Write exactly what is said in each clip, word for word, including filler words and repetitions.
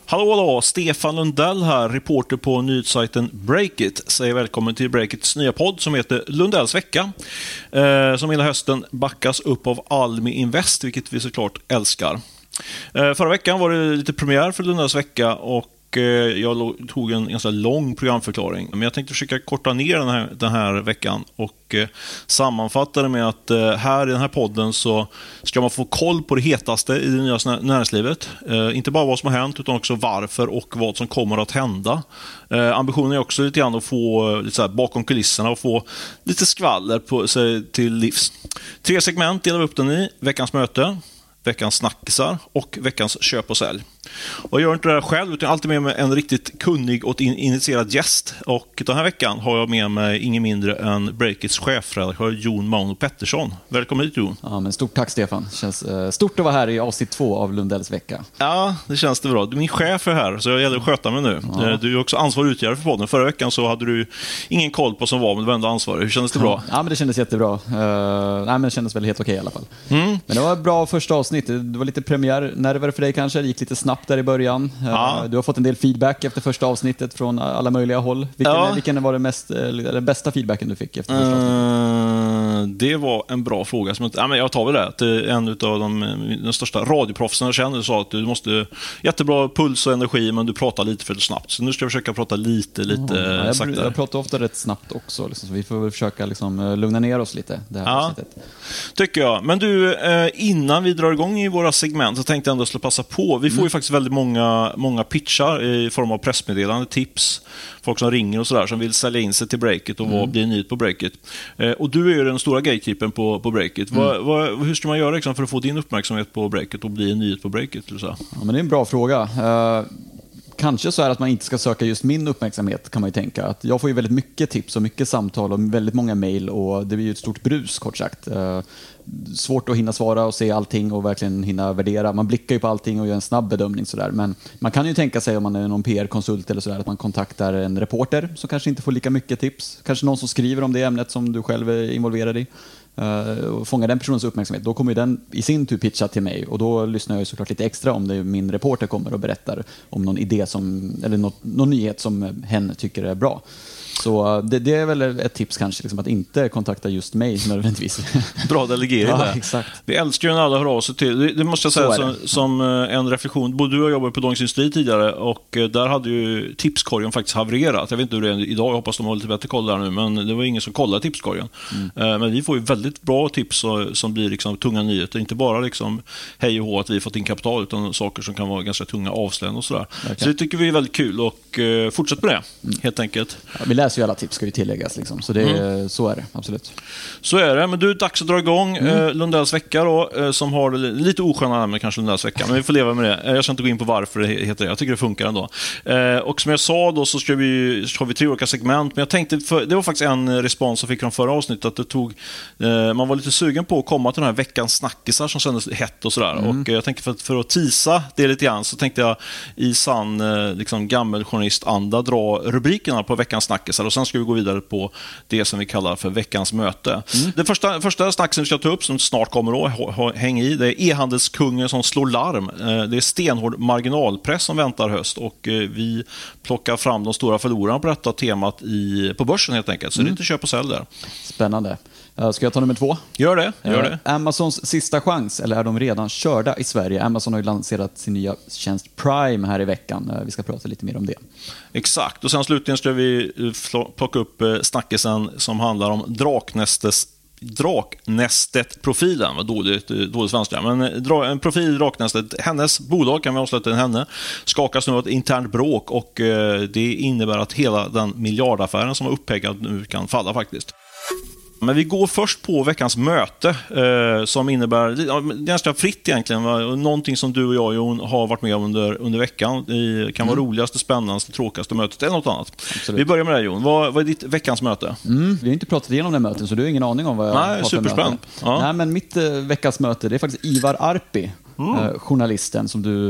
Hallå, hallå, Stefan Lundell här, reporter på nyhetssajten Breakit. Säger välkommen till Breakits nya podd som heter Lundells vecka. Eh, som hela hösten backas upp av Almi Invest, vilket vi såklart älskar. Eh, förra veckan var det lite premiär för Lundells vecka och jag tog en ganska lång programförklaring. Men jag tänkte försöka korta ner den här, den här veckan och eh, sammanfatta det med att eh, här i den här podden så ska man få koll på det hetaste i det nya näringslivet. Eh, inte bara vad som har hänt utan också varför och vad som kommer att hända. Eh, ambitionen är också lite grann att få lite så här, bakom kulisserna och få lite skvaller på sig till livs. Tre segment delar vi upp den i. Veckans möte, veckans snackisar och veckans köp och sälj. Och jag gör inte det här själv utan alltid med mig en riktigt kunnig och initierad gäst. Och den här veckan har jag med mig ingen mindre än Breakits chefredaktör Jon Mauno Pettersson. Välkommen hit, Jon. Ja, men stort tack, Stefan. Det känns eh, stort att vara här i avsnitt två av Lundells vecka. Ja, det känns det bra. Du är min chef är här så jag gäller att sköta mig nu. Ja. Du är också ansvarig utgivare för podden. Förra veckan så hade du ingen koll på som var, men du var ändå ansvarig. Hur kändes det bra? Ja, men det kändes jättebra. Uh, nej, men det kändes väl helt okej i alla fall. Mm. Men det var ett bra första avsnitt. Det var lite premiärnerver för dig kanske. Det gick lite snabbt där i början. Ja. Du har fått en del feedback efter första avsnittet från alla möjliga håll. Vilken, ja. vilken var det mest, eller bästa feedbacken du fick efter första avsnittet? Uh, det var en bra fråga. Som, ja, men jag tar väl det. Att en av de, de största radioproffsen jag känner sa att du måste jättebra puls och energi men du pratar lite för snabbt. Så nu ska jag försöka prata lite, lite ja, jag, saktare. Jag pratar ofta rätt snabbt också. Liksom, så vi får väl försöka liksom, lugna ner oss lite. Det här ja, tycker jag. Men du, innan vi drar igång i våra segment så tänkte jag ändå slå passa på. Vi får mm. ju faktiskt väldigt många många pitchar i form av pressmeddelande, tips, folk som ringer och sådär som vill sälja in sig till Breakit och mm. bli nytt på Breakit. Eh, och du är ju den stora gatekeepern på, på Breakit. Mm. Vad, vad, hur ska man göra liksom, för att få din uppmärksamhet på Breakit och bli en nyhet på Breakit? Eller så? Ja, men det är en bra fråga. Uh... Kanske så är det att man inte ska söka just min uppmärksamhet, kan man ju tänka. Att jag får ju väldigt mycket tips och mycket samtal och väldigt många mejl och det blir ju ett stort brus, kort sagt. Eh, svårt att hinna svara och se allting och verkligen hinna värdera. Man blickar ju på allting och gör en snabb bedömning sådär. Men man kan ju tänka sig om man är någon P R-konsult eller sådär att man kontaktar en reporter som kanske inte får lika mycket tips. Kanske någon som skriver om det ämnet som du själv är involverad i. Och fånga den personens uppmärksamhet, då kommer ju den i sin tur pitcha till mig och då lyssnar jag ju såklart lite extra om det min reporter kommer och berättar om någon idé som, eller något, någon nyhet som hen tycker är bra. Så det, det är väl ett tips kanske, liksom, att inte kontakta just mig nödvändigtvis. Bra delegering ja, där. Exakt. Vi älskar ju när alla hör av sig till. Det, det måste jag säga som, som en reflektion. Både du och jag jobbade på Dagens Industri tidigare och där hade ju tipskorgen faktiskt havererat. Jag vet inte hur det är idag, jag hoppas de har lite bättre koll där nu, men det var ingen som kollade tipskorgen. Mm. Men vi får ju väldigt bra tips som blir liksom tunga nyheter. Inte bara liksom hej och hå att vi fått in kapital utan saker som kan vara ganska tunga avslöjanden och sådär. Okay. Så det tycker vi är väldigt kul och uh, fortsätt med det, mm. helt enkelt. Ja, vi läser ju alla tips, ska ju tilläggas liksom. Så, det, mm. så är det, absolut. Så är det, men du, dags att dra igång mm. eh, Lundells vecka då, eh, som har lite osköna namn med kanske Lundells vecka, men vi får leva med det. Jag ska inte gå in på varför det heter det, jag tycker det funkar ändå. Eh, och som jag sa då så ska vi, så har vi tre olika segment, men jag tänkte, för, det var faktiskt en respons som fick från förra avsnittet, att det tog, eh, man var lite sugen på att komma till den här veckans snackisar som kändes hett och sådär. Mm. Och eh, jag tänkte för, för att tisa det lite grann så tänkte jag i sann eh, liksom gammel journalistanda dra rubrikerna på veckans snackisar och sen ska vi gå vidare på det som vi kallar för veckans möte. Mm. Det första, första snacksen vi ska ta upp som snart kommer då, häng i, det är e-handelskungen som slår larm. Det är stenhård marginalpress som väntar höst och vi plockar fram de stora förlorarna på detta temat i, på börsen helt enkelt. Så mm. det är inte köp och sälj där. Spännande. Ska jag ta nummer två? Gör det, gör det. Amazons sista chans, eller är de redan körda i Sverige? Amazon har ju lanserat sin nya tjänst Prime här i veckan. Vi ska prata lite mer om det. Exakt, och sen slutligen ska vi plocka upp snackisen som handlar om Draknästes Draknästet-profilen, vad dåligt, dåligt svenska, men en profil i Draknästet, hennes bolag kan vi avsluta den henne, skakas nu av ett internt bråk och det innebär att hela den miljardaffären som var uppeggad nu kan falla faktiskt. Men vi går först på veckans möte eh, som innebär ja, ganska fritt egentligen. Va? Någonting som du och jag Jon, har varit med om under, under veckan. Det kan vara mm. roligaste, spännandaste, tråkigaste mötet eller något annat. Absolut. Vi börjar med det Jon. Vad, vad är ditt veckans möte? Mm. Vi har inte pratat igenom det mötet så du har ingen aning om vad jag Nej, har för möte. Ja. Nej, men mitt eh, veckans möte det är faktiskt Ivar Arpi. mm. eh, journalisten som du...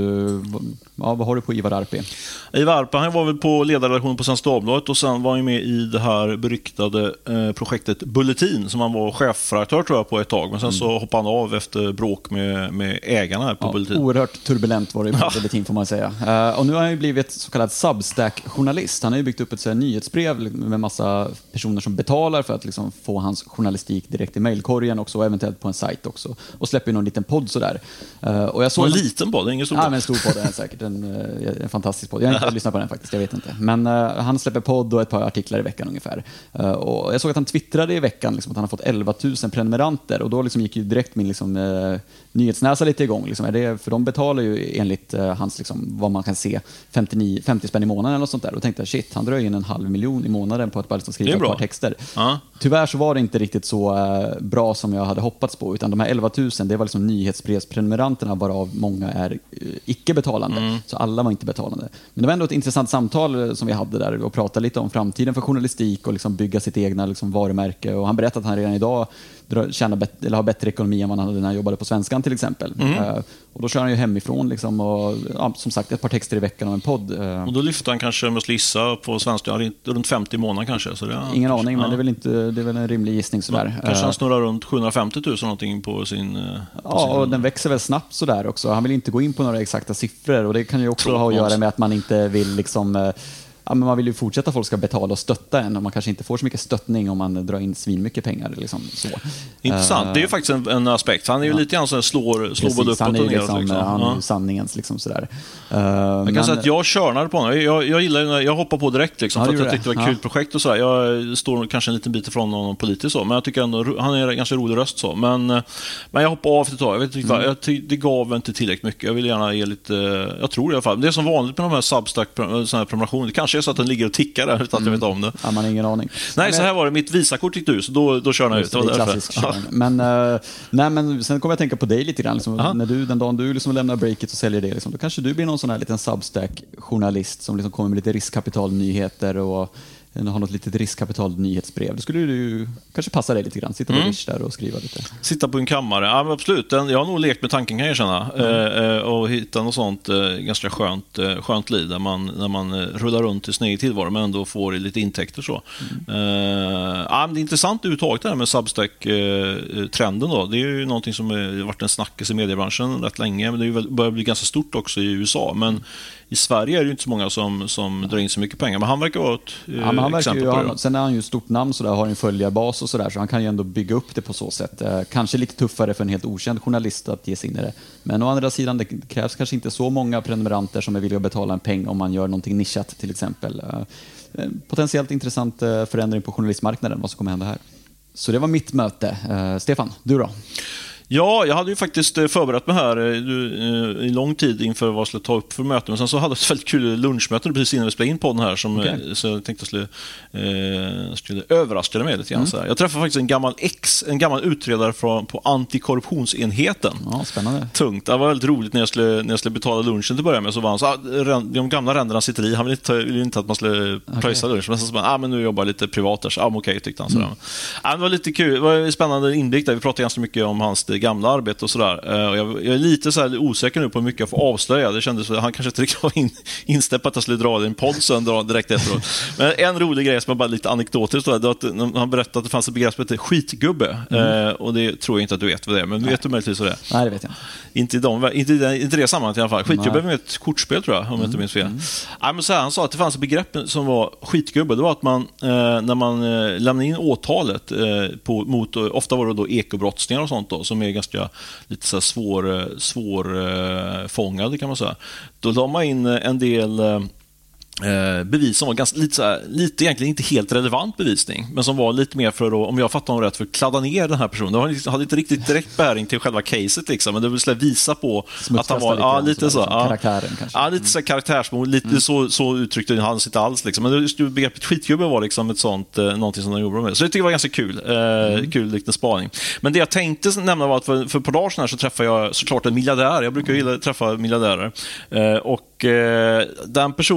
Ja, vad har du på Ivar Arpi? Ivar Arpi, han var väl på ledarredaktionen på Svenska Dagbladet och sen var han med i det här beryktade eh, projektet Bulletin som han var chefredaktör tror jag på ett tag. Men sen mm. så hoppade han av efter bråk med, med ägarna här på ja, Bulletin. Oerhört turbulent var det på ja. Bulletin får man säga. Eh, och nu har han ju blivit så kallad Substack-journalist. Han har ju byggt upp ett så här, nyhetsbrev med massa personer som betalar för att liksom, få hans journalistik direkt i mejlkorgen också, och eventuellt på en sajt också. Och släpper ju någon liten podd sådär. Uh, och jag såg en en liten podd, ingen stor podd. Ja, men en stor podd är säkert. En, en fantastisk podd. Jag har inte lyssnat på den faktiskt, jag vet inte. Men uh, han släpper podd och ett par artiklar i veckan ungefär. Uh, och jag såg att han twittrade i veckan liksom, att han har fått elva tusen prenumeranter. Och då liksom, gick ju direkt min liksom, uh, nyhetsnäsa lite igång. Liksom. Är det, för de betalar ju enligt uh, hans, liksom, vad man kan se, femtionio, femtio spänn i månaden eller något sånt där. Och tänkte jag, shit, han drar in en halv miljon i månaden på att bara liksom, skriva ett par texter. Uh. Tyvärr så var det inte riktigt så uh, bra som jag hade hoppats på, utan de här elva tusen, det var liksom nyhetsbrevsprenumeranterna, varav många är uh, icke-betalande. Mm. Så alla var inte betalande. Men det var ändå ett intressant samtal som vi hade där och pratade lite om framtiden för journalistik och liksom bygga sitt egna liksom, varumärke. Och han berättade att han redan idag tjänar bet- eller har bättre ekonomi än vad han hade när han jobbade på Svenskan till exempel. Mm. Uh, och då kör han ju hemifrån liksom, och ja, som sagt ett par texter i veckan och en podd. Uh. Och då lyfter han kanske, måste gissa på Svenskan, runt femtio månader kanske. Så det, Ingen kanske, aning, ja. men det är väl, inte, det är väl en rimlig gissning sådär. Ja, kanske han snurrar runt sjuhundrafemtio tusen någonting på sin... På ja, sin... och den växer väl snabbt sådär också. Han vill inte gå in på några exakta siffror, och det kan ju också ha att göra med att man inte vill liksom... Ja, men man vill ju fortsätta att folk ska betala och stötta en, och man kanske inte får så mycket stöttning om man drar in svin mycket pengar. Liksom, så. Intressant, uh, det är ju faktiskt en, en aspekt. Han är ju ja. lite grann så slår, slår både uppåt och neråt. Liksom, liksom. Han är ju ja. sanningens liksom, sådär. Uh, jag kan men... säga att jag körnade på honom. Jag, jag gillar jag hoppar på direkt liksom, ja, för att jag tyckte det var ett kul ja. projekt och sådär. Jag står kanske en liten bit ifrån honom politiskt så, men jag tycker ändå han är en ganska rolig röst så. Men, men jag hoppar av efter ett tag. Jag vet inte, mm. jag tyck, det gav inte tillräckligt mycket. Jag vill gärna ge lite, jag tror i alla fall. Det är som vanligt med de här Substack-prenumerationer. Det kanske är så att den ligger och tickar där utan att jag vet om det. Ja, man har ingen aning. Nej, men, så här var det. Mitt Visakort gick du, så då, då körde jag ut. Det är klassisk körning. Men, uh, nej, men sen kommer jag tänka på dig lite grann. Liksom, när du, den dagen du liksom lämnar breaket och säljer det, liksom, då kanske du blir någon sån här liten Substack-journalist som liksom kommer med lite riskkapitalnyheter och har något litet riskkapital-nyhetsbrev. Då skulle du kanske passa dig lite grann. Sitta på mm. Rish där och skriva lite. Sitta på en kammare. Ja, men absolut. Jag har nog lekt med tanken, kan jag erkänna. Mm. Eh, och hitta något sånt eh, ganska skönt, eh, skönt liv där man, när man eh, rullar runt i sin egen tillvaro men ändå får lite intäkter. Så. Mm. Eh, ja, men det är intressant uttag det här med Substack-trenden. Då. Det är ju någonting som har varit en snackis i mediebranschen rätt länge. Men det är ju börjar bli ganska stort också i U S A. Men i Sverige är det ju inte så många som, som drar in så mycket pengar. Men han verkar vara ett eh, ja, men han exempel verkar ju, på det. Sen är han ju ett stort namn så där, har en följarbas och sådär, så han kan ju ändå bygga upp det på så sätt. Eh, kanske lite tuffare för en helt okänd journalist att ge sig in i det. Men å andra sidan, det krävs kanske inte så många prenumeranter som är villiga att betala en peng om man gör någonting nischat till exempel. Eh, potentiellt intressant eh, förändring på journalistmarknaden, vad som kommer hända här. Så det var mitt möte. Eh, Stefan, du då? Ja, jag hade ju faktiskt förberett mig här i lång tid inför vad jag skulle ta upp för möte. Men sen så hade jag ett väldigt kul lunchmöte precis innan vi spelade in podden här. Som, okay. Så jag tänkte att jag skulle, eh, skulle överraska mig lite grann. Mm. Så här. Jag träffade faktiskt en gammal ex, en gammal utredare från, på antikorruptionsenheten. Ja, spännande. Tungt. Det var väldigt roligt när jag skulle, när jag skulle betala lunchen till början med. Så var han så, ah, de gamla ränderna sitter i. Han ville inte, ville inte att man skulle okay. pröjsa lunch. Men så sa ah, men nu jobbar jag lite privat där. Så ah, okej, okay, tyckte han. Så mm. ah, det var lite kul. Det var en spännande inblick där. Vi pratade ganska mycket om hans gamla arbete och sådär. Jag, jag är lite så här osäker nu på hur mycket jag får avslöja. Det kändes att han kanske inte riktigt var in, inställd att jag skulle dra det i en podd sen direkt efteråt. Men en rolig grej som är bara lite anekdotisk då, det var att han berättade att det fanns ett begrepp som heter skitgubbe. Mm. Eh, och det tror jag inte att du vet vad det är. Men Nej. vet du möjligtvis vad det är? Nej, det vet jag inte. Inte, de, inte, inte det sammanhanget i alla fall. Skitgubbe är ett kortspel tror jag, om mm. jag inte minns fel. Mm. Nej, men så här, han sa att det fanns ett begrepp som var skitgubbe. Det var att man, eh, när man eh, lämnade in åtalet eh, på, mot, ofta var det då ekobrottslingar och sånt då, som är ganska lite så här svår, svår fångade kan man säga. Då la man in en del eh, bevis som var ganska, lite, så här, lite egentligen inte helt relevant bevisning, men som var lite mer för att, om jag fattar rätt, för att kladda ner den här personen. Det hade inte riktigt direkt bäring till själva caset liksom, men det vill visa på att han var lite, ja, lite så, liksom, karaktären kanske. Ja, lite så karaktärsmål, lite mm. så, så uttryckte han sitt alls liksom. Men just begreppet skitgubbe var liksom ett sånt, eh, någonting som de gjorde med. Så det tycker jag var ganska kul, eh, mm. kul liten spaning. Men det jag tänkte nämna var att för, för ett par dagar sedan här så träffade jag såklart en miljardär. Jag brukar gilla träffa miljardärer. Eh, och eh, den personen tyckte jag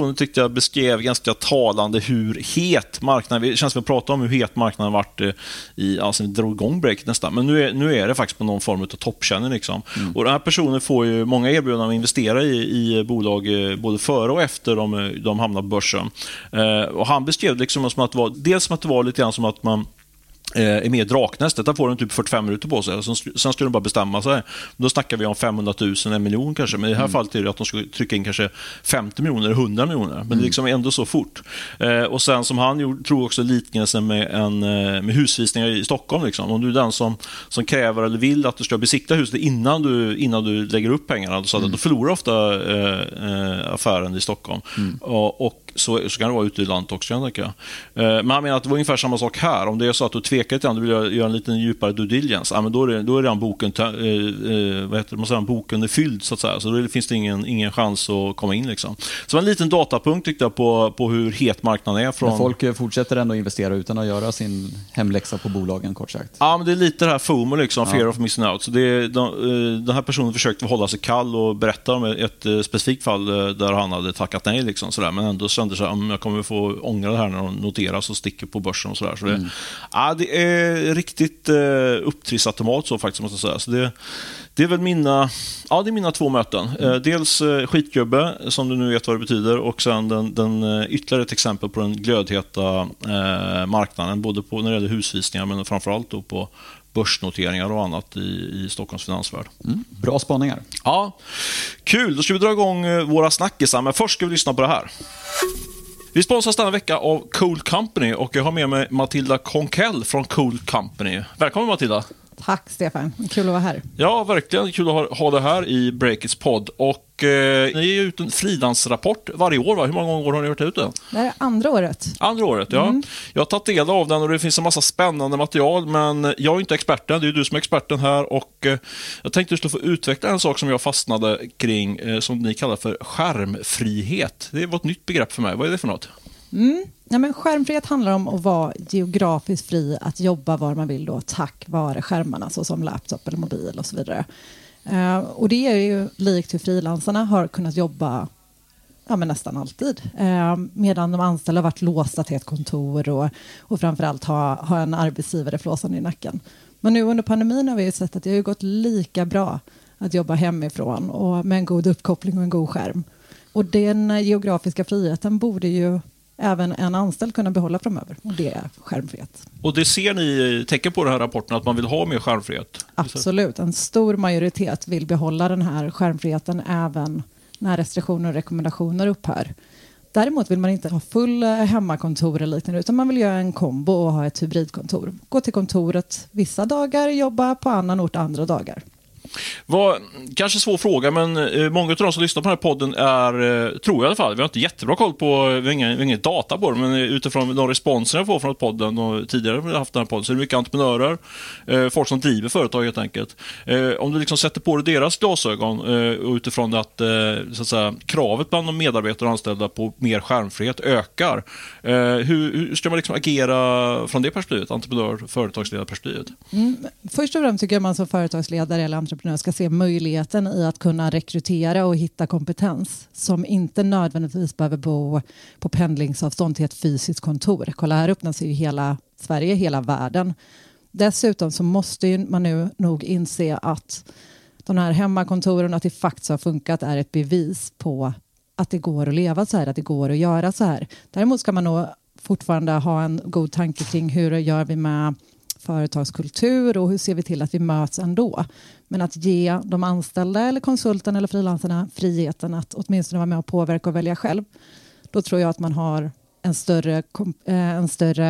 beskrev ganska talande hur het marknaden, det känns som att vi pratar om hur het marknaden varit i, alltså vi drog igång breaket nästan, men nu är, nu är det faktiskt på någon form av toppkänning liksom. Mm. Och den här personen får ju många erbjudanden att investera i, i bolag både före och efter de, de hamnar på börsen. Eh, och han beskrev liksom som att det var, dels som att det var lite grann som att man är med i Draknästet. Där får den typ fyrtiofem minuter på sig. Sen ska de bara bestämma sig. Då snackar vi om femhundratusen, en miljon kanske. Men i det här mm. fallet är det att de ska trycka in kanske femtio miljoner, hundra miljoner. Men mm. det är liksom ändå så fort. Eh, och sen som han gjorde, tror också liknelsen med, en, med husvisningar i Stockholm. Liksom. Om du är den som, som kräver eller vill att du ska besikta huset innan du, innan du lägger upp pengarna. Så mm. då förlorar ofta eh, affären i Stockholm. Mm. Och, och så, så kan det vara ute i landet också, jag tänker. Eh, men han menar att det var ungefär samma sak här. Om det är så att du tvekar lite, du vill göra en liten djupare due diligence, ja, men då är det, då är det boken, eh, vad heter det, man säger, boken är fylld så att säga. Så då finns det ingen, ingen chans att komma in liksom. Så en liten datapunkt tyckte jag på, på hur het marknaden är. Från... Men folk fortsätter ändå investera utan att göra sin hemläxa på bolagen, kort sagt. Ja, men det är lite det här FOMO liksom, fear ja. of missing out. Så det är, de, den här personen försökte hålla sig kall och berätta om ett, ett specifikt fall där han hade tackat nej liksom, sådär. Men ändå kände sig om jag kommer få ångra det här när de noteras och sticker på börsen och sådär. Så det, mm. ja, det är riktigt eh, upptrissat tomat så faktiskt, måste jag säga. Så det, det är väl mina, ja, det är mina två möten. Mm. Eh, dels eh, skitgubbe, som du nu vet vad det betyder, och sen den, den eh, ytterligare ett exempel på den glödheta eh, marknaden, både på när det gäller husvisningar men framförallt då på börsnoteringar och annat i, i Stockholms finansvärld. Mm. Bra spaningar. Ja, kul. Då ska vi dra igång våra snackisar, men först ska vi lyssna på det här. Vi sponsras denna vecka av Cool Company och jag har med mig Matilda Konkell från Cool Company. Välkommen Matilda. Tack Stefan, kul att vara här. Ja, verkligen kul att ha, ha det här i Breakits podd. Och eh, ni ger ut en frilansrapport varje år, va? Hur många gånger har ni gjort ut den? Det är andra året. Andra året, ja. Mm. Jag har tagit del av den och det finns en massa spännande material, men jag är inte experten, det är du som är experten här. Och eh, jag tänkte att du skulle få utveckla en sak som jag fastnade kring, eh, som ni kallar för skärmfrihet. Det var ett nytt begrepp för mig, vad är det för något? Mm. Ja, men skärmfrihet handlar om att vara geografiskt fri att jobba var man vill då, tack vare skärmarna såsom laptop eller mobil och så vidare. Uh, och det är ju likt hur frilansarna har kunnat jobba ja, men nästan alltid. Uh, medan de anställda har varit låsta till ett kontor och, och framförallt ha, ha en arbetsgivare flåsande i nacken. Men nu under pandemin har vi ju sett att det har gått lika bra att jobba hemifrån och med en god uppkoppling och en god skärm. Och den geografiska friheten borde ju även en anställd kunna behålla framöver. Och det är skärmfrihet. Och det ser ni tecken på den här rapporten att man vill ha mer skärmfrihet? Absolut. En stor majoritet vill behålla den här skärmfriheten även när restriktioner och rekommendationer upphör. Däremot vill man inte ha full hemmakontor eller liknande, utan man vill göra en kombo och ha ett hybridkontor. Gå till kontoret vissa dagar, jobba på annan ort andra dagar. Var, kanske svår fråga, men eh, många av de som lyssnar på den här podden är, eh, tror jag i alla fall, vi har inte jättebra koll på, vi har ingen, ingen data på det, men utifrån de responser jag får från podden och tidigare har haft den här podden så är det mycket entreprenörer, eh, folk som driver företag helt enkelt. Eh, om du liksom sätter på dig deras glasögon eh, och utifrån att, eh, så att säga, kravet bland de medarbetare och anställda på mer skärmfrihet ökar, eh, hur, hur ska man liksom agera från det perspektivet, entreprenör, företagsledarperspektivet? Mm, först och främst tycker jag man som företagsledare eller entreprenör ska se möjligheten i att kunna rekrytera och hitta kompetens som inte nödvändigtvis behöver bo på pendlingsavstånd till ett fysiskt kontor. Kolla, här öppnar sig ju hela Sverige, hela världen. Dessutom så måste ju man nu nog inse att de här hemmakontoren, att det faktiskt har funkat, är ett bevis på att det går att leva så här, att det går att göra så här. Däremot ska man nog fortfarande ha en god tanke kring hur gör vi med företagskultur och hur ser vi till att vi möts ändå. Men att ge de anställda eller konsulten eller frilansarna friheten att åtminstone vara med och påverka och välja själv. Då tror jag att man har en större, en större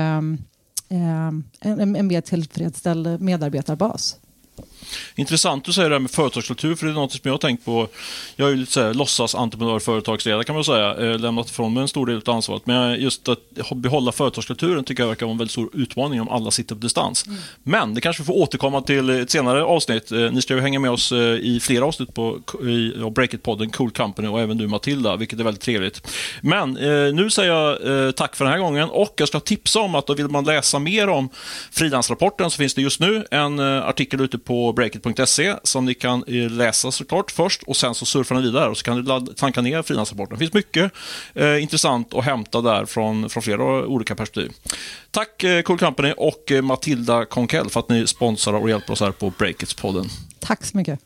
en, en mer tillfredsställd medarbetarbas. Intressant att säga det här med företagskultur, för det är något som jag har tänkt på. Jag är ju lite så här, låtsas entreprenör, företagsledare kan man säga, eh, lämnat ifrån mig en stor del av ansvaret. Men just att behålla företagskulturen tycker jag verkar vara en väldigt stor utmaning om alla sitter på distans. Mm. Men det kanske vi får återkomma till ett senare avsnitt. Eh, ni ska ju hänga med oss eh, i flera avsnitt på i, ja, Breakit-podden Cool Company och även du Matilda, vilket är väldigt trevligt. Men eh, nu säger jag eh, tack för den här gången och jag ska tipsa om att då vill man läsa mer om frilansrapporten så finns det just nu en eh, artikel ute på breakit punkt se som ni kan läsa såklart först och sen så surfar ni vidare och så kan ni ladda, tanka ner frilansrapporten. Det finns mycket eh, intressant att hämta där från, från flera olika perspektiv. Tack eh, Cool Company och eh, Matilda Konkell för att ni sponsrar och hjälper oss här på Breakits-podden. Tack så mycket.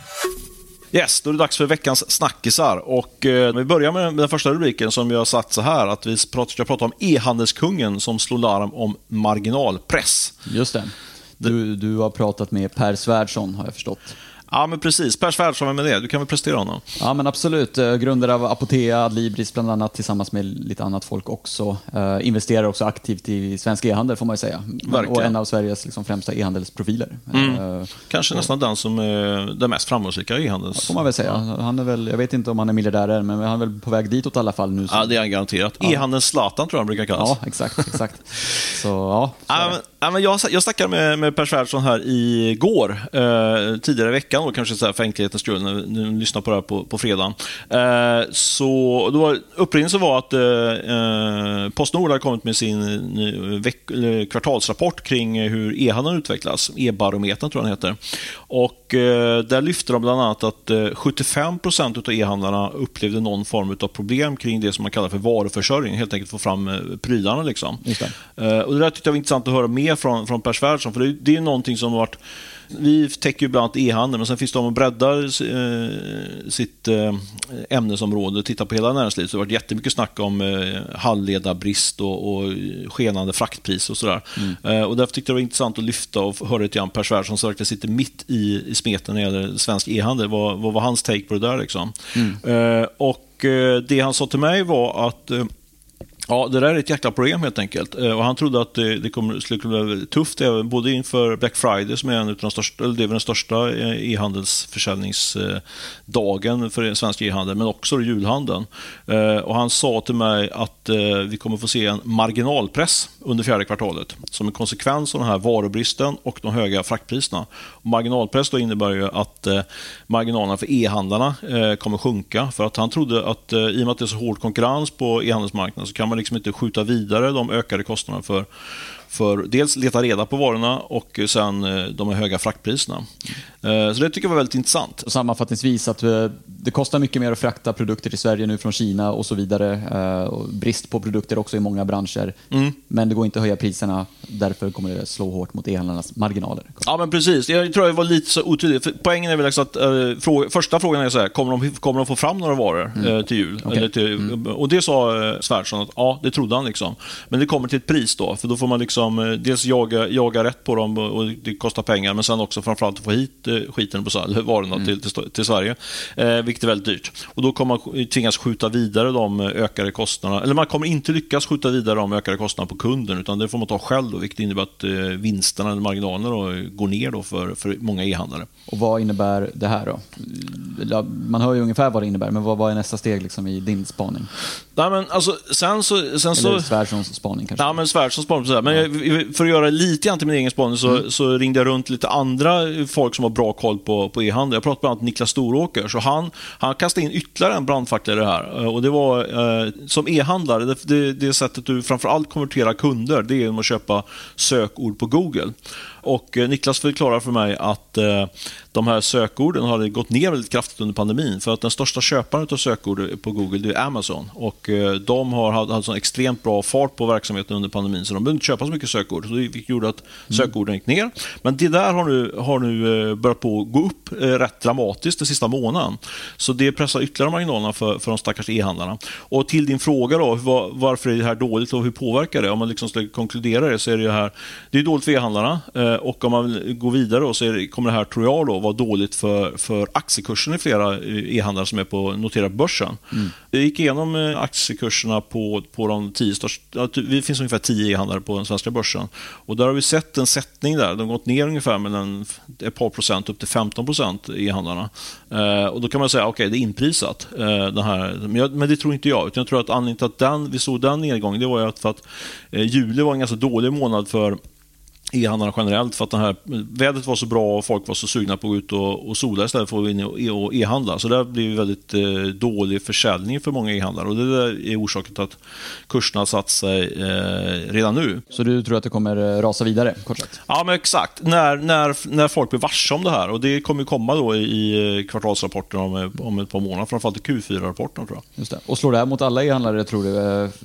Yes, då är det dags för veckans snackisar. Och eh, vi börjar med den första rubriken som jag har sagt så här att vi pratar, jag pratar om e-handelskungen som slår larm om marginalpress. Just det. Du, du har pratat med Per Svärdson har jag förstått. Ja, men precis. Per Svärdson med det. Du kan väl prestera honom? Ja, men absolut. Grundare av Apotea, Adlibris bland annat tillsammans med lite annat folk också. Uh, investerar också aktivt i svensk e-handel får man ju säga. Verkligen. Och en av Sveriges liksom, främsta e-handelsprofiler. Mm. Uh, Kanske och, nästan den som är den mest framgångsrika e-handels. Ja, får man väl säga. Han är väl, jag vet inte om han är miljardär men han är väl på väg ditåt i alla fall nu. Så. Ja, det är han garanterat. Ja. E-handels Zlatan tror jag han brukar kallas. Ja, exakt. exakt. Så, ja, så ja, men, ja, men jag, jag snackade med, med Per Svärdson här igår, eh, tidigare i veckan och kanske så här för enkelhetens skull när ni lyssnar på det här på, på fredagen. Eh, så då var, upprinnelsen var att eh, Postnord hade kommit med sin veck, kvartalsrapport kring hur e-handeln utvecklas. E-barometern tror jag den heter. Och eh, där lyfter de bland annat att eh, sjuttiofem procent av e-handlarna upplevde någon form av problem kring det som man kallar för varuförsörjning. Helt enkelt få fram eh, prylarna liksom. Just det. Eh, och det där tyckte jag var intressant att höra mer från, från Per Svärdson. För det, det är någonting som har varit. Vi täcker ju bland annat e-handel, men sen finns det om att bredda eh, sitt eh, ämnesområde, titta på hela näringslivet. Så det har varit jättemycket snack om eh, halvledarbrist och, och skenande fraktpris och sådär. Mm. Eh, och därför tyckte jag det var intressant att lyfta och höra lite grann Per Svärdson som verkligen sitter mitt i, i smeten när det gäller svensk e-handel. Vad, vad var hans take på det där liksom? Mm. Eh, och eh, det han sa till mig var att eh, ja, det där är ett jäkla problem helt enkelt. Och han trodde att det, det kommer, skulle kunna bli tufft även, både inför Black Friday som är en av de största, eller det är den största e-handelsförsäljningsdagen för svensk e-handel, men också julhandeln. Och han sa till mig att vi kommer få se en marginalpress under fjärde kvartalet som en konsekvens av den här varubristen och de höga fraktpriserna. Och marginalpress då innebär ju att marginalerna för e-handlarna kommer sjunka, för att han trodde att i och med att det är så hård konkurrens på e-handelsmarknaden så kan man liksom inte skjuta vidare de ökade kostnaderna för, för dels leta reda på varorna och sen de höga fraktpriserna. Så det tycker jag var väldigt intressant. Och sammanfattningsvis att det kostar mycket mer att frakta produkter till Sverige nu från Kina och så vidare. Och brist på produkter också i många branscher. Mm. Men det går inte att höja priserna. Därför kommer det slå hårt mot e-handlarnas marginaler. Ja, men precis. Jag tror det var lite så otydligt. Poängen är väl att äh, fråga, första frågan är så här, kommer de, kommer de få fram några varor mm. äh, till jul? Okay. Eller till, mm. Och det sa äh, Svärdson att ja, det trodde han liksom. Men det kommer till ett pris då. För då får man liksom äh, dels jaga, jaga rätt på dem och det kostar pengar. Men sen också framförallt att få hit äh, skiten på eller varorna mm. till, till, till Sverige. Äh, vilket är väldigt dyrt. Och då kommer man tvingas skjuta vidare de ökade kostnaderna. Eller man kommer inte lyckas skjuta vidare de ökade kostnaderna på kunden, utan det får man ta själv då, vilket innebär att eh, vinsterna eller marginalerna då, går ner då för, för många e-handlare. Och vad innebär det här då? Man hör ju ungefär vad det innebär, men vad, vad är nästa steg liksom i din spaning? Nej, men alltså, sen så... Sen eller så, Svärdssons spaning kanske? Nej, men Svärdssons spaning. Ja. Men jag, för att göra lite grann till min egen spaning så, mm. så ringde jag runt lite andra folk som har bra koll på, på e-handel. Jag pratade bland annat med Niklas Storåker, så han, han kastade in ytterligare en brandfackla i det här. Och det var eh, som e-handlare, det, det, det sättet du framförallt konverterar kunder, det är genom att köpa sökord på Google. Och eh, Niklas förklarar för mig att eh, de här sökorden har gått ner väldigt kraftigt under pandemin, för att den största köparen av sökord på Google, det är Amazon, och eh, de har haft en extremt bra fart på verksamheten under pandemin, så de behövde inte köpa så mycket sökord, så det gjorde att sökorden gick ner. Men det där har nu, har nu börjat på att gå upp eh, rätt dramatiskt den sista månaden, så det pressar ytterligare marginalerna för, för de stackars e-handlarna. Och till din fråga då, var, varför är det här dåligt och hur påverkar det? Om man liksom ska konkludera det, så är det här, det är dåligt för e-handlarna, eh, och om man vill gå vidare då, så är det, kommer det här, tror jag då, vara dåligt för, för aktiekursen i flera e-handlare som är på noterad börsen. Mm. Jag gick igenom aktiekurserna på, på de tio största, det finns ungefär tio e-handlare på den svenska börsen, och där har vi sett en sättning där, de har gått ner ungefär mellan ett par procent upp till femton procent e-handlarna. Eh, och då kan man säga, okej, okay, det är inprisat eh, den här, men, jag, men det tror inte jag, utan jag tror att anledningen till att den, vi såg den nedgången, det var ju att, för att eh, juli var en ganska dålig månad för e-handlarna generellt, för att det här vädret var så bra och folk var så sugna på att gå ut och, och sola istället för att gå in och e-handla. Så det blir väldigt eh, dålig försäljning för många e-handlare, och det där är orsaken till att kurserna har satt sig eh, redan nu. Så du tror att det kommer rasa vidare, kort sagt? Ja, men exakt. När, när, när folk blir varse om det här, och det kommer komma då i kvartalsrapporten om, om ett par månader, framförallt i Q fyra-rapporten, tror jag. Just det. Och slår det här mot alla e-handlare, tror du?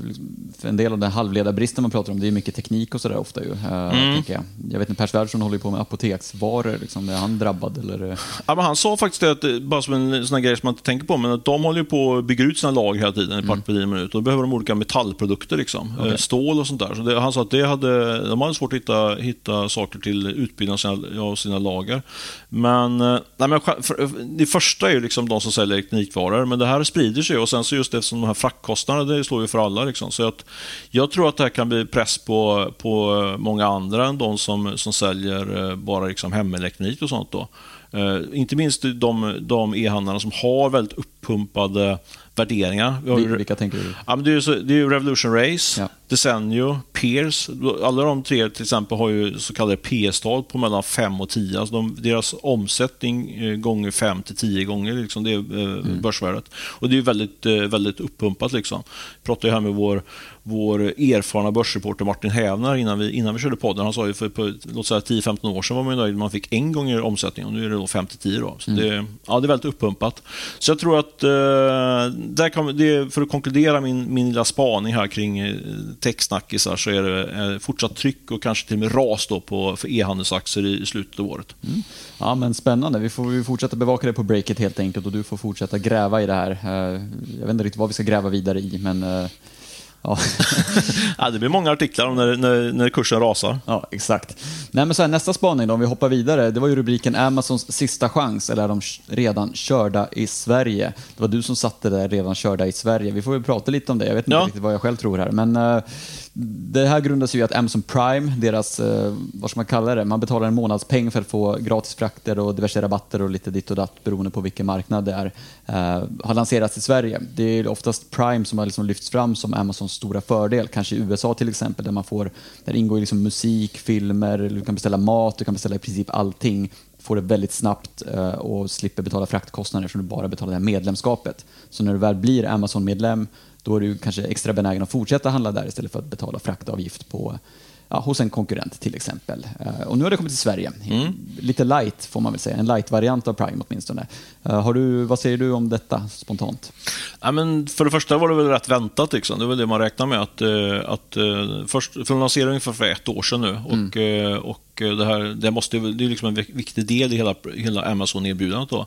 För en del av den halvledarbristen man pratar om, det är mycket teknik och sådär ofta ju. Mm. Tänker jag. jag vet inte, Per Svärdson håller på med apoteksvaror, liksom. Är han drabbad? Eller? Ja, men han sa faktiskt det, att, bara som en sån här grej som man inte tänker på, men att de håller ju på att bygga ut sina lag hela tiden i part per minut, och då behöver de olika metallprodukter, liksom. Okay. Stål och sånt där. Så det, han sa att det hade, de hade svårt att hitta, hitta saker till utbyggnad av sina, av sina lager. Men, nej, men för, det första är ju liksom de som säljer teknikvaror, men det här sprider sig, och sen så just eftersom de här fraktkostnaderna, det slår ju för alla, liksom. Så att jag tror att det här kan bli press på, på många andra än de som, som säljer bara liksom hemelektronik och sånt då. Uh, inte minst de, de e-handlarna som har väldigt uppumpade värderingar. Vil- vilka tänker du? Ja, men det, är ju, det är ju Revolution Race, ja. Desenio, Peers. Alla de tre till exempel har ju så kallade P S-tal på mellan fem och tio. Alltså de, deras omsättning eh, gånger fem till tio gånger, liksom, det är eh, mm. börsvärdet. Och det är väldigt, eh, väldigt uppumpat. Liksom. Jag pratade ju här med vår, vår erfarna börsreporter Martin Hävnar innan vi, innan vi körde podden. Han sa ju för på, låt säga tio femton år sedan var man nöjd, man fick en gång i omsättning, och nu är det då fem till tio. Då. Så mm. det, ja, det är väldigt uppumpat. Så jag tror att eh, där kan, det, för att konkludera min, min lilla spaning här kring eh, techsnackisar, så är det eh, fortsatt tryck och kanske till och med ras då på, för e-handelsaktier i, i slutet av året. Mm. Ja, men spännande. Vi får vi fortsätta bevaka det på Breakit helt enkelt, och du får fortsätta gräva i det här. Eh, jag vet inte riktigt vad vi ska gräva vidare i, men eh, ja. Ja, det blir många artiklar om när, när, när kursen rasar. Ja, exakt. Nej, men så här, nästa spaning då, om vi hoppar vidare. Det var ju rubriken Amazons sista chans, eller är de redan körda i Sverige? Det var du som satte det, redan körda i Sverige. Vi får väl prata lite om det. Jag vet inte ja. riktigt vad jag själv tror här. Men uh, det här grundas ju i att Amazon Prime, deras, uh, vad ska man kalla det? Man betalar en månadspeng för att få gratis frakter och diverse rabatter och lite ditt och datt beroende på vilken marknad det är. Uh, har lanserats i Sverige. Det är oftast Prime som har liksom lyfts fram som Amazons stora fördel. Kanske i U S A till exempel, där man får, där ingår liksom musik, filmer, du kan beställa mat, du kan beställa i princip allting. Får det väldigt snabbt och slipper betala fraktkostnader, som du bara betalar det här medlemskapet. Så när du väl blir Amazon-medlem, då är du kanske extra benägen att fortsätta handla där istället för att betala fraktavgift på, ja, hos en konkurrent till exempel. Och nu har det kommit till Sverige. Mm. Lite light får man väl säga, en light-variant av Prime åtminstone. Har du, vad säger du om detta spontant? Ja, men för det första var det väl rätt väntat. Liksom. Det var det man räknar med. Att, att, först, för de lanserade ungefär för ett år sedan nu. Och, mm. och det, här, det, måste, det är liksom en viktig del i hela, hela Amazon-erbjudandet. Då.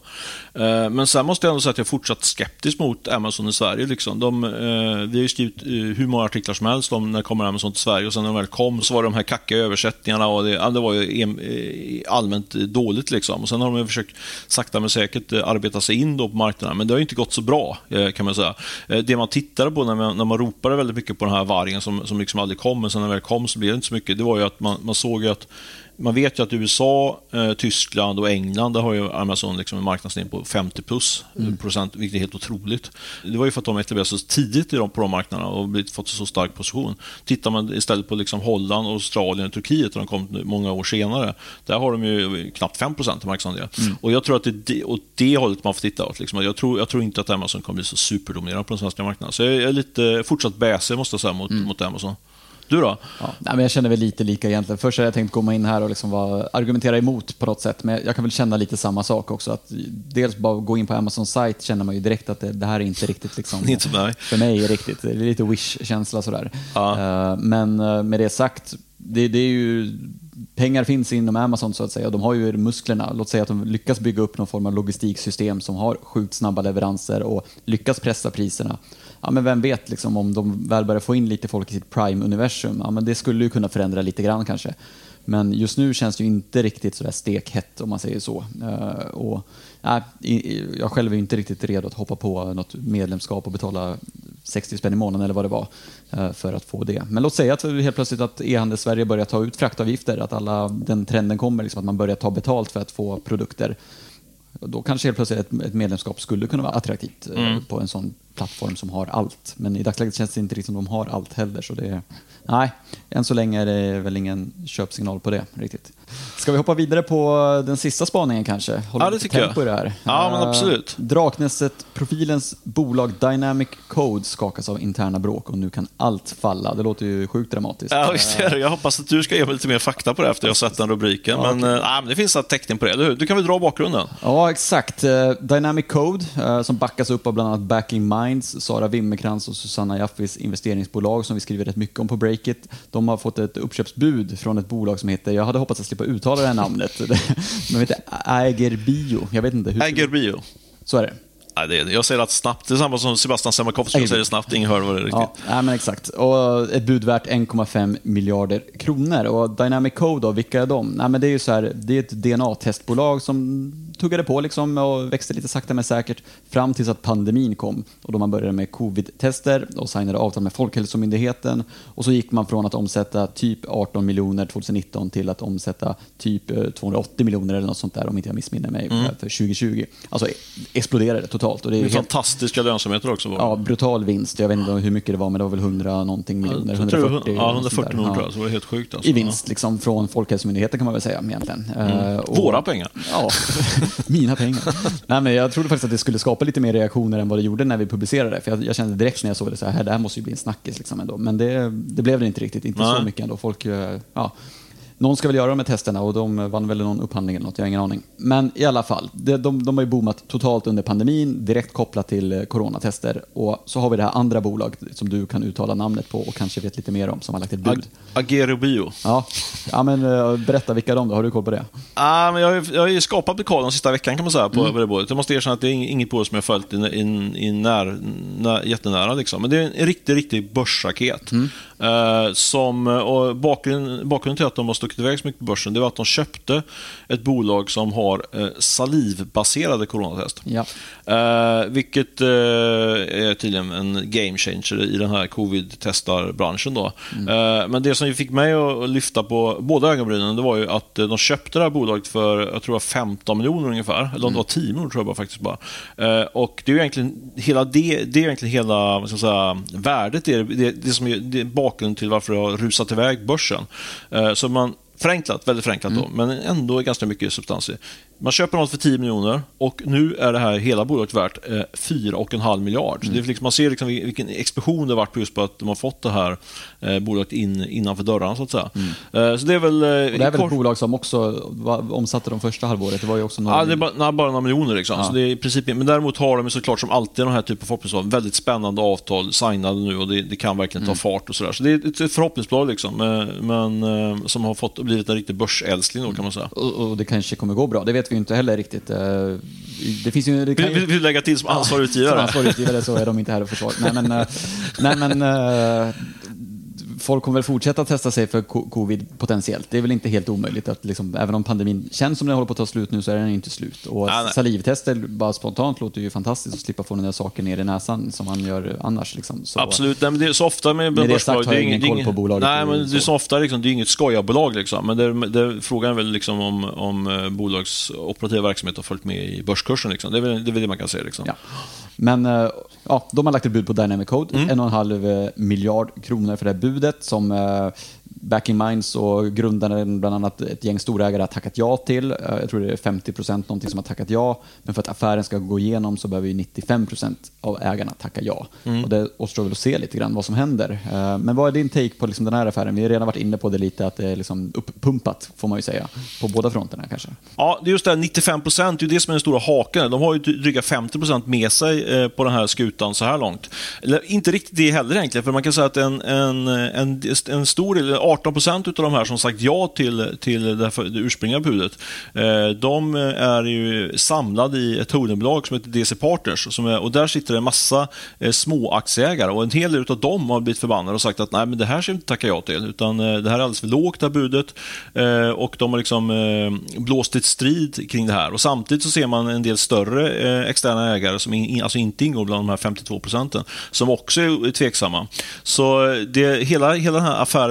Men sen måste jag ändå säga att jag är fortsatt skeptisk mot Amazon i Sverige. Liksom. De, vi har ju skrivit hur många artiklar som helst om när kommer Amazon till Sverige, och sen när de väl kom så var det de här kacka översättningarna, och det, det var ju allmänt dåligt. Liksom. Och sen har de försökt sakta men säkert arbeta sig in då på marknaden, men det har inte gått så bra, kan man säga. Det man tittade på när man, när man ropade väldigt mycket på den här vargen som, som liksom aldrig kom, men sen när den väl kom så blev det inte så mycket. Det var ju att man, man såg ju att man vet ju att U S A, eh, Tyskland och England, där har ju Amazon liksom en marknadsandel på femtio plus mm. procent, vilket är helt otroligt. Det var ju för att de etablerade sig så tidigt i de, på de marknaderna och blivit, fått så stark position. Tittar man istället på liksom Holland, Australien och Turkiet, där de kom många år senare, där har de ju knappt fem procent i marknadsandel. Mm. Och jag tror att det är åt det hållet man får titta åt. Liksom. Jag, tror, jag tror inte att Amazon kommer bli så superdominerande på den svenska marknaden. Så jag är lite fortsatt bäsig, måste jag säga, mot, mm. mot Amazon. Du då? Ja, nej, men jag känner väl lite lika egentligen. Först har jag tänkt komma in här och liksom vara, argumentera emot på något sätt, men jag kan väl känna lite samma sak också. Att dels bara gå in på Amazon sajt känner man ju direkt att det, det här är inte riktigt liksom, inte för mig. För mig är riktigt. Det är lite wish-känsla sådär. Ja. Men med det sagt, det, det är ju, pengar finns inom Amazon så att säga, och de har ju musklerna. Låt säga att de lyckas bygga upp någon form av logistiksystem som har sjukt snabba leveranser och lyckas pressa priserna. Ja, men vem vet liksom, om de väl börjar få in lite folk i sitt Prime-universum, ja, men det skulle ju kunna förändra lite grann kanske. Men just nu känns det ju inte riktigt så där stekhett, om man säger så. Uh, och, äh, jag själv är inte riktigt redo att hoppa på något medlemskap och betala sextio spänn i månaden eller vad det var uh, för att få det. Men låt säga att helt plötsligt att e-handel Sverige börjar ta ut fraktavgifter, att alla, den trenden kommer, liksom, att man börjar ta betalt för att få produkter. Då kanske helt plötsligt ett, ett medlemskap skulle kunna vara attraktivt mm. på en sån plattform som har allt. Men i dagsläget känns det inte riktigt som de har allt heller. Så det är, nej, än så länge är det väl ingen köpsignal på det riktigt. Ska vi hoppa vidare på den sista spaningen kanske? Håller ja, det tycker tempo jag. I det här. Ja, men absolut. Uh, Draknästet-profilens bolag Dynamic Code skakas av interna bråk och nu kan allt falla. Det låter ju sjukt dramatiskt. Ja, visst är det. Jag hoppas att du ska ge mig lite mer fakta på det efter jag har sett den rubriken. Ja, men, okay. äh, men det finns ett tecken på det, eller hur? Du kan väl dra bakgrunden? Ja, exakt. Uh, Dynamic Code, uh, som backas upp av bland annat Backing Minds, Sara Wimmerkrans och Susanna Jaffis investeringsbolag som vi skriver rätt mycket om på Breakit. De har fått ett uppköpsbud från ett bolag som heter, jag hade hoppats att slippa uttala det här namnet, men heter Ägerbio. Jag vet inte hur. Ägerbio. Så är det. Nej, det är det. Jag säger att snabbt, det är samma som Sebastian Semakowski säger snabbt, ingen hör vad det är riktigt. Ja, nej, men exakt. Och ett bud värt en komma fem miljarder kronor. Och Dynamic Code då, vilka är de? Nej, men det är ju så här, det är ett D N A-testbolag som tuggade på liksom och växte lite sakta men säkert fram tills att pandemin kom. Och då man började med covid-tester och signade avtal med Folkhälsomyndigheten. Och så gick man från att omsätta typ arton miljoner tjugonitton till att omsätta typ tvåhundraåttio miljoner eller något sånt där, om inte jag missminner mig, mm. för tjugo tjugo. Alltså exploderade totalt. Och det är helt... fantastiska lönsamheter också. Var. Ja, brutal vinst. Jag vet inte hur mycket det var, men det var väl hundra någonting miljoner. hundrafyrtio, ja, hundrafyrtio miljoner tror jag, så var det helt sjukt. Alltså. I vinst liksom, från Folkhälsomyndigheten kan man väl säga egentligen. Mm. Och, Våra pengar. Ja, mina pengar. Nej, men jag trodde faktiskt att det skulle skapa lite mer reaktioner än vad det gjorde när vi publicerade det. För jag, jag kände direkt när jag såg det så här, det här måste ju bli en snackis liksom ändå. Men det, det blev det inte riktigt, inte Nej. så mycket ändå. Folk, ja... Någon ska väl göra de här testerna och de vann väl någon upphandling eller något, jag har ingen aning. Men i alla fall, de, de, de har ju boomat totalt under pandemin, direkt kopplat till coronatester. Och så har vi det här andra bolaget som du kan uttala namnet på och kanske vet lite mer om, som har lagt ett bud. Agerbio. Ja, ja men berätta vilka de då, har du koll på det? Ja, men jag, har, jag har ju skapat bekal den sista veckan kan man säga på mm. det bollet. Jag måste erkänna att det är inget bolag som jag har följt i, i, i när, när, jättenära liksom. Men det är en riktig, riktig börsraket. Mm. Uh, som, och bakgrunden, bakgrunden till att de har stuckit iväg så mycket på börsen, det var att de köpte ett bolag som har uh, salivbaserade coronatest. Ja. Uh, vilket uh, är tydligen en game changer i den här covid-testarbranschen då. Mm. Uh, men det som fick mig att lyfta på båda ögonbrynen, det var ju att de köpte det här bolaget för, jag tror det var femton miljoner ungefär, eller om det var tio miljoner tror jag bara faktiskt bara. Uh, och det är ju egentligen hela det, det är egentligen hela, vad ska jag säga, värdet, det, det, det som är det bakgrunden till varför det har rusat iväg börsen. Uh, så man förenklat, väldigt förenklat då, mm. men ändå ganska mycket substans i. Man köper något för tio miljoner och nu är det här hela bolaget värt eh, fyra och en halv miljard. Mm. Det är liksom, man ser liksom vilken explosion det har varit på just på att de har fått det här eh, bolaget in, innanför dörrarna så att säga. Mm. Eh, så det är väl... Eh, och det är väl ett bolag som också var, omsatte de första halvåret. Det var ju också några... Ja, det är bara, nej, bara några miljoner liksom. Ja. Så det är i princip, men däremot har de såklart som alltid de här typen av förhoppningsbolag väldigt spännande avtal signade nu och det, det kan verkligen ta mm. fart och sådär. Så det är ett, ett förhoppningsbolag liksom, men eh, som har fått blivit en riktig börsälskling då kan man säga. Och, och det kanske kommer gå bra. Det vet vi inte heller riktigt. Det finns ju, det kan ju... Vill du lägga till som ansvarig utgivare? Som ansvarig utgivare så är de inte här och försvar. Nej men, nej, men folk kommer väl fortsätta testa sig för covid potentiellt. Det är väl inte helt omöjligt att liksom, även om pandemin känns som den håller på att ta slut nu så är den inte slut. Och ah, salivtester bara spontant låter ju fantastiskt att slippa få den där saken ner i näsan som man gör annars. Liksom. Så, absolut, nej, men det är så ofta med, med börsbolag. Det är ingen koll på bolaget. Nej, men det är så ofta liksom, det är inget skojarbolag liksom. Men det, det, frågan är väl liksom om, om bolags operativa verksamhet har följt med i börskursen liksom. Det är väl det, är väl det man kan säga liksom. Ja. Men ja, de har lagt ett bud på Dynamic Code, mm. en och en halv miljard kronor för det här budet som eh, Backing Minds och grundaren bland annat ett gäng storägare har tackat ja till. Eh, jag tror det är femtio procent någonting som har tackat ja, men för att affären ska gå igenom så behöver ju nittiofem procent av ägarna tacka ja. Mm. Och det återstår väl att se lite grann vad som händer. Eh, men vad är din take på liksom den här affären? Vi har redan varit inne på det lite, att det är liksom uppumpat får man ju säga, på båda fronterna kanske. Ja, det är just det här nittiofem procent, det är ju det som är den stora haken. De har ju dryga femtio procent med sig eh, på den här skutan så här långt. Eller, inte riktigt det heller egentligen, för man kan säga att en, en, en, en stor del, arton procent av de här som sagt ja till, till det, här, det ursprungliga budet, eh, de är ju samlade i ett holdingbolag som heter D C Partners, som är, och där sitter en massa eh, små aktieägare, och en hel del av dem har blivit förbannade och sagt att nej, men det här ska vi inte tacka ja till, utan eh, det här är alldeles för lågt, det här budet, eh, och de har liksom eh, blåst ett strid kring det här. Och samtidigt så ser man en del större eh, externa ägare som in, alltså inte ingår bland de här femtiotvå procenten, som också är tveksamma. Så det, hela, hela den här affären är liksom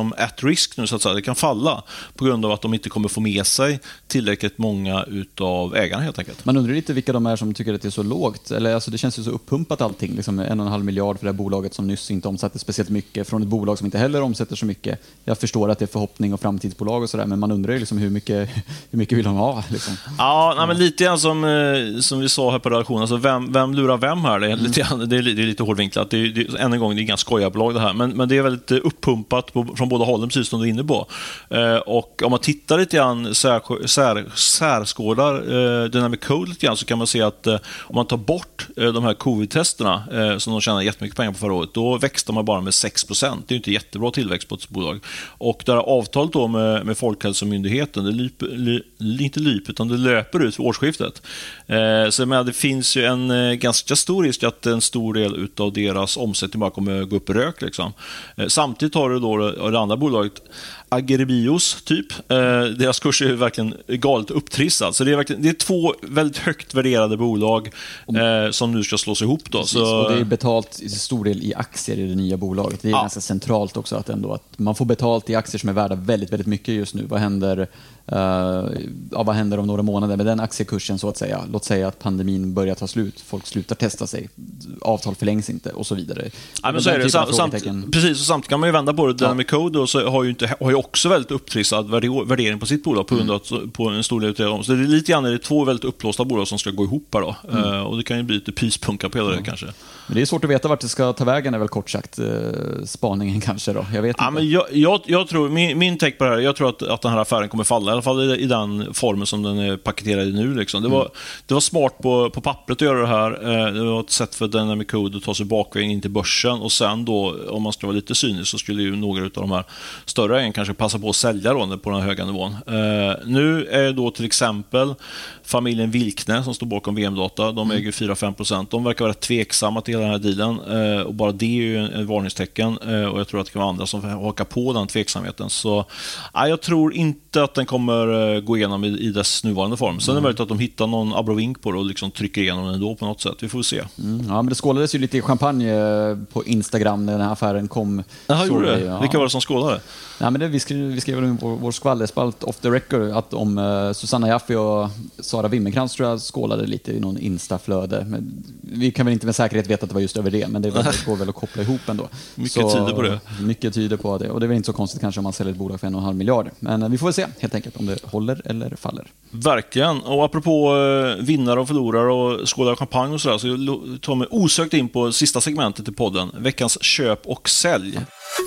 liksom at risk nu så att säga. Det kan falla på grund av att de inte kommer få med sig tillräckligt många utav ägarna helt enkelt. Man undrar lite vilka de är som tycker att det är så lågt. Eller, alltså, det känns ju så uppumpat allting. Liksom en och en halv miljard för det här bolaget som nyss inte omsatte speciellt mycket. Från ett bolag som inte heller omsätter så mycket. Jag förstår att det är förhoppning och framtidsbolag och sådär. Men man undrar ju liksom hur mycket, hur mycket vill de ha? Liksom. Ja, nej, men lite grann som, som vi sa här på redaktionen. Alltså vem, vem lurar vem här? Det är lite, mm. det är, det är lite hårdvinklat. Det är, det är, än en gång, det är inga skojarbolag det här. Men, men det är väldigt uppumpat på, från båda hållen, precis som du är inne på. Eh, och om man tittar lite grann, sär, sär, särskådar eh, Dynamic Code lite grann, så kan man se att eh, om man tar bort eh, de här covid-testerna eh, som de tjänar jättemycket pengar på förra året, då växte man bara med sex procent. Det är ju inte jättebra tillväxt på ett bolag. Och det här avtalet då med, med Folkhälsomyndigheten, det lyper, ly, inte lyp, utan det löper ut för årsskiftet. Eh, så men, det finns ju en eh, ganska stor risk att en stor del av deras omsättning bara kommer gå upp i rök. Liksom. Eh, samtidigt har du då det andra bolaget Ageribios typ. Eh, deras kurs är verkligen galet upptrissad. Så det är, verkligen, det är två väldigt högt värderade bolag eh, som nu ska slås ihop. Då. Så, och det är betalt i stor del i aktier i det nya bolaget. Det är ja. ganska centralt också att, ändå, att man får betalt i aktier som är värda väldigt, väldigt mycket just nu. Vad händer, uh, ja, vad händer om några månader med den aktiekursen så att säga? Låt säga att pandemin börjar ta slut. Folk slutar testa sig. Avtal förlängs inte och så vidare. Ja, men så är det. Sam, samt, precis, och samtidigt kan man ju vända på det. Dynamic Code och så har ju, inte, har ju också väldigt upptrissad värdering på sitt bolag på, mm. på en stor del av dem. Så det är lite grann är det två väldigt upplåsta bolag som ska gå ihop här då. Mm. Uh, och det kan ju bli lite pyspunka på hela mm. det kanske. Men det är svårt att veta vart det ska ta vägen, är väl kort sagt uh, spaningen kanske då. Jag vet ja, inte. Men jag, jag, jag tror, min, min take på det här, jag tror att, att den här affären kommer falla, i alla fall i, i den formen som den är paketerad i nu. Liksom. Det, var, mm. det var smart på, på pappret att göra det här. Uh, det var ett sätt för Dynamic Code att ta sig bakvägen in till börsen, och sen då, om man ska vara lite cynisk, så skulle ju några av de här större ägarna kanske passa på att sälja då på den här höga nivån. Uh, nu är då till exempel familjen Wilkne som står bakom V M-data, de äger fyra till fem procent. De verkar vara tveksamma till hela den här dealen, uh, och bara det är ju en, en varningstecken, uh, och jag tror att det kan vara andra som hakar på den tveksamheten. Så uh, jag tror inte att den kommer uh, gå igenom i, i dess nuvarande form. Sen mm. är det möjligt att de hittar någon abrovink på det och liksom trycker igenom den då på något sätt. Vi får se. Mm. Ja, men det skålades ju lite champagne på Instagram när den här affären kom. Jaha, gjorde det? Ja. Vilka var det som skålade? Ja, men det, vi skrev, vi skrev på vår skvallerspalt Off the Record att om uh, Susanna Jaffe och Sara Wimmerkrantz tror jag skålade lite i någon Insta-flöde. Men vi kan väl inte med säkerhet veta att det var just över det, men det går väl att koppla ihop ändå. Mycket så, tyder på det. Mycket tyder på det, och det är väl inte så konstigt kanske om man säljer ett bolag för en och en halv miljard. Men uh, vi får väl se helt enkelt om det håller eller faller. Verkligen. Och apropå uh, vinnare och förlorare och skålar champagne och sådär, så jag tar mig osökt in på sista segmentet i podden, veckans köp och sälj.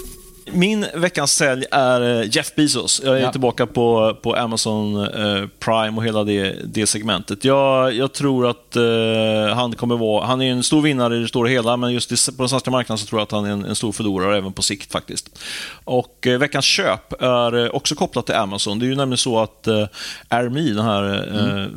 Min veckans sälj är Jeff Bezos. Jag är ja. tillbaka på, på Amazon eh, Prime och hela det, det segmentet. Jag, jag tror att eh, han kommer vara... Han är en stor vinnare i det stora hela, men just i, på den svenska marknaden så tror jag att han är en, en stor förlorare även på sikt faktiskt. Och eh, veckans köp är eh, också kopplat till Amazon. Det är ju nämligen så att eh, R M I, det här eh, mm.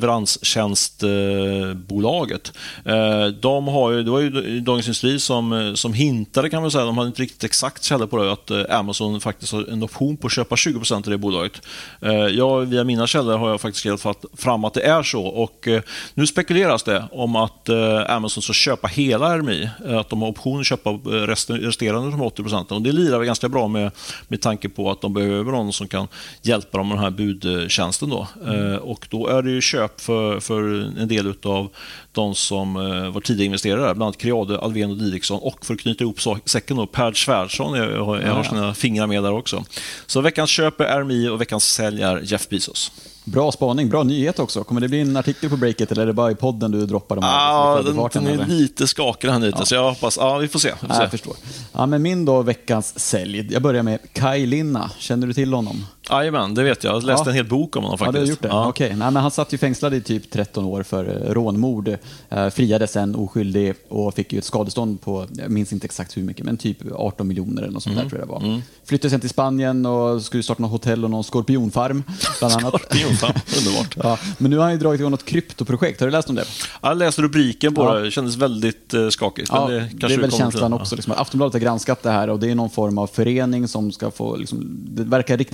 leveranstjänstbolaget, eh, de har ju, det var ju Dagens Industri som, som hintade, kan man säga, de hade inte riktigt exakt källa på det, att Amazon faktiskt har en option på att köpa tjugo procent av det bolaget. Jag, via mina källor har jag faktiskt skrivit fram att det är så, och nu spekuleras det om att Amazon ska köpa hela R M I, att de har option att köpa resterande de åttio procent, och det lirar ganska bra med, med tanke på att de behöver någon som kan hjälpa dem med den här budtjänsten då. Mm. Och då är det ju köp för, för en del av de som var tidiga investerare, bland annat Creade, Alvén och Didriksson, och för att knyta ihop säcken då, Per Svärdsson, jag har, jag har sina fingrar med där också. Så veckans köp är R M I och veckans sälj är Jeff Bezos. Bra spaning, bra nyhet också. Kommer det bli en artikel på Breakit, eller är det bara i podden du droppar dem? Ja, den, den är eller? lite skakig här lite, ja. Så jag hoppas, ja vi får se. Vi får ja, se. Jag förstår. Ja, men min då veckans sälj. Jag börjar med Kai Linna. Känner du till honom? Jajamän, det vet jag. Jag läste ja. en hel bok om honom faktiskt. Ja, du har gjort det. Ja. Okej. Nej, men han satt ju fängslad i typ tretton år för rånmord. Eh, friades sen oskyldig och fick ju ett skadestånd på, jag minns inte exakt hur mycket, men typ arton miljoner eller något sånt mm. där tror jag det var. Mm. Flyttade sen till Spanien och skulle starta något hotell och någon skorpionfarm bland annat. Skorpionfarm, underbart. Ja, men nu har han ju dragit igång något kryptoprojekt. Har du läst om det? Jag läste rubriken på ja. det. Det kändes väldigt uh, skakigt. Ja, men det, det är väl känslan också. Liksom. Aftonbladet har granskat det här och det är någon form av förening som ska få, liksom, det verkar rikta sig mot låg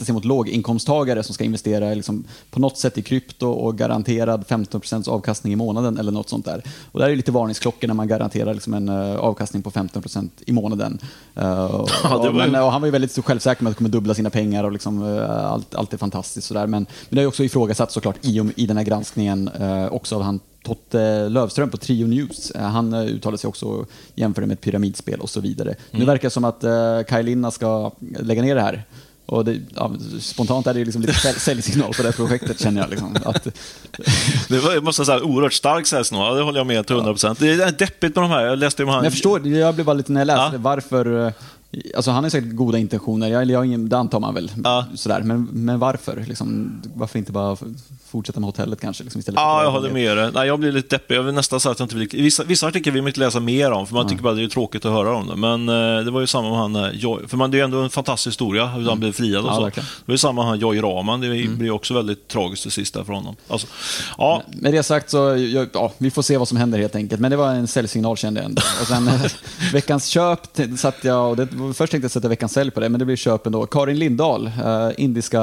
låginkomsttagare som ska investera liksom på något sätt i krypto och garanterad femton procent avkastning i månaden eller något sånt där. Och där är lite varningsklockor när man garanterar liksom en uh, avkastning på femton procent i månaden. Uh, och, ja, och, men, och han var ju väldigt så självsäker med att kommer dubbla sina pengar och liksom, uh, allt, allt är fantastiskt. Sådär. Men, men det är också ifrågasatt såklart i, i den här granskningen uh, också av han Totte Lövström på Trio News. Han uttalar sig också och jämför det med ett pyramidspel och så vidare. Mm. Nu verkar det som att uh, Kaj Linna ska lägga ner det här. Och det, ja, spontant är det liksom lite säljsignal på det här projektet, känner jag. Liksom, att... Det var, jag måste säga, oerhört stark säljsignal. Det håller jag med till hundra procent. Det är deppigt med de här. Jag läste ju med han... Men jag förstår, jag blev bara lite när jag läste ja. varför... Alltså han har säkert goda intentioner, jag, jag, ingen, det antar man väl. Ja. Sådär. Men, men varför? Liksom, varför inte bara fortsätta med hotellet kanske? Liksom, istället ja, för jag håller med dig. Nej, jag blir lite deppig. Jag vill nästan säga att jag inte vill... Vissa, vissa artiklar vill man inte läsa mer om, för man ja. tycker bara det är tråkigt att höra om det. Men eh, det var ju samma med han... Joy, för man, det är ju ändå en fantastisk historia hur mm. han blev friad och ja, så. Verkligen. Det var ju samma med han Joy Raman. Det mm. blir också väldigt tragiskt till sist där för honom. Alltså, ja. Med det sagt så, jag, ja, vi får se vad som händer helt enkelt. Men det var en säljsignal, kände jag ändå. Och sen veckans köp satt jag... Och det, först tänkte jag sätta veckans sälj på det, men det blir köpen då. Karin Lindahl, eh, indiska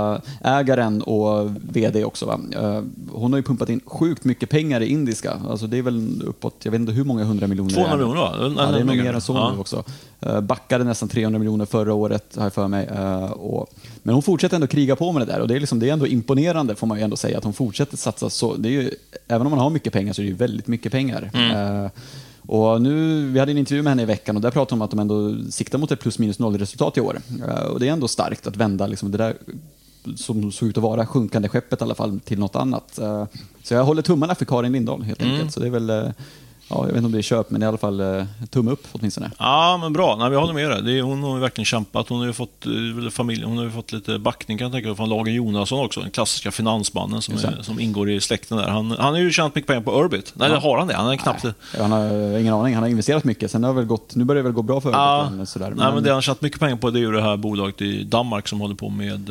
ägaren och vd också, va? Eh, hon har ju pumpat in sjukt mycket pengar i indiska. Alltså det är väl uppåt, jag vet inte hur många hundra miljoner. tvåhundra miljoner, va? Ja, det är nog mer än så ja. nu också. Eh, backade nästan trehundra miljoner förra året, har jag för mig. Eh, och, men hon fortsätter ändå kriga på med det där, och det är, liksom, det är ändå imponerande, får man ju ändå säga, att hon fortsätter satsa så. Det är ju, även om man har mycket pengar så är det ju väldigt mycket pengar. Mm. Eh, Och nu, vi hade en intervju med henne i veckan och där pratade hon om att de ändå siktar mot ett plus minus noll resultat i år. Och det är ändå starkt att vända liksom det där som såg ut att vara sjunkande skeppet i alla fall till något annat. Så jag håller tummarna för Karin Lindahl helt enkelt. Mm. Så det är väl... Ja, jag vet inte om det är köp, men det är i alla fall eh, tumme upp åtminstone. Ja, men bra. Nej, vi håller med det. det är, hon har ju verkligen kämpat. Hon har ju fått, familjen, hon har ju fått lite backning, kan jag tänka, från Lagen Jonasson också. Den klassiska finansmannen som, är, som ingår i släkten där. Han, han har ju tjänat mycket pengar på Urbit. Nej, ja. har han det? Han är knappt... Nej, han har ingen aning. Han har investerat mycket. Sen har väl gått, nu börjar det väl gå bra för Urbit. Ja. Men sådär. Men... Nej, men det han har tjänat mycket pengar på, det är ju det här bolaget i Danmark som håller på med,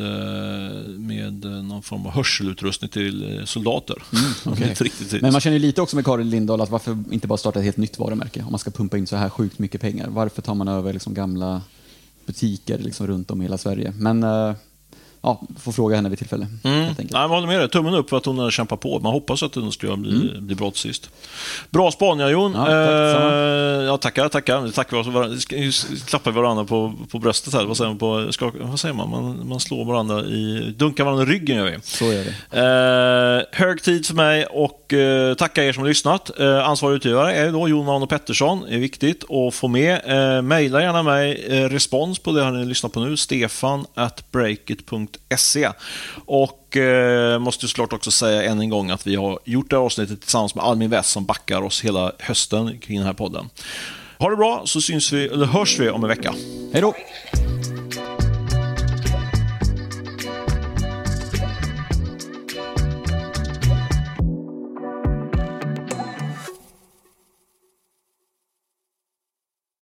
med någon form av hörselutrustning till soldater. Mm, okay. riktigt men man känner ju lite också med Karin Lindahl att varför inte bara starta ett helt nytt varumärke om man ska pumpa in så här sjukt mycket pengar. Varför tar man över liksom gamla butiker liksom runt om i hela Sverige? Men uh, ja, får fråga henne vid tillfälle. Mm. Nej, jag håller med dig. Tummen upp för att hon har kämpat på. Man hoppas att hon ska bli, mm. bli bra sist. Bra spaningar, Jon. Ja, tack, eh, ja, tackar, tackar. tackar. Klappar varandra på, på bröstet här. Vad säger man? På, skak, vad säger man? man? Man slår varandra i... Dunkar varandra i ryggen, gör vi. Så är det. Eh, hög tid för mig och eh, tacka er som har lyssnat. Eh, ansvarig utgivare är då Jon Mauno Pettersson. Det är viktigt att få med. Eh, maila gärna mig eh, respons på det här ni lyssnar på nu. Stefan at breakit punkt se. Och eh, måste såklart också säga än en gång att vi har gjort det här avsnittet tillsammans med Almin West som backar oss hela hösten kring den här podden. Ha det bra, så syns vi, eller hörs vi om en vecka. Hej då!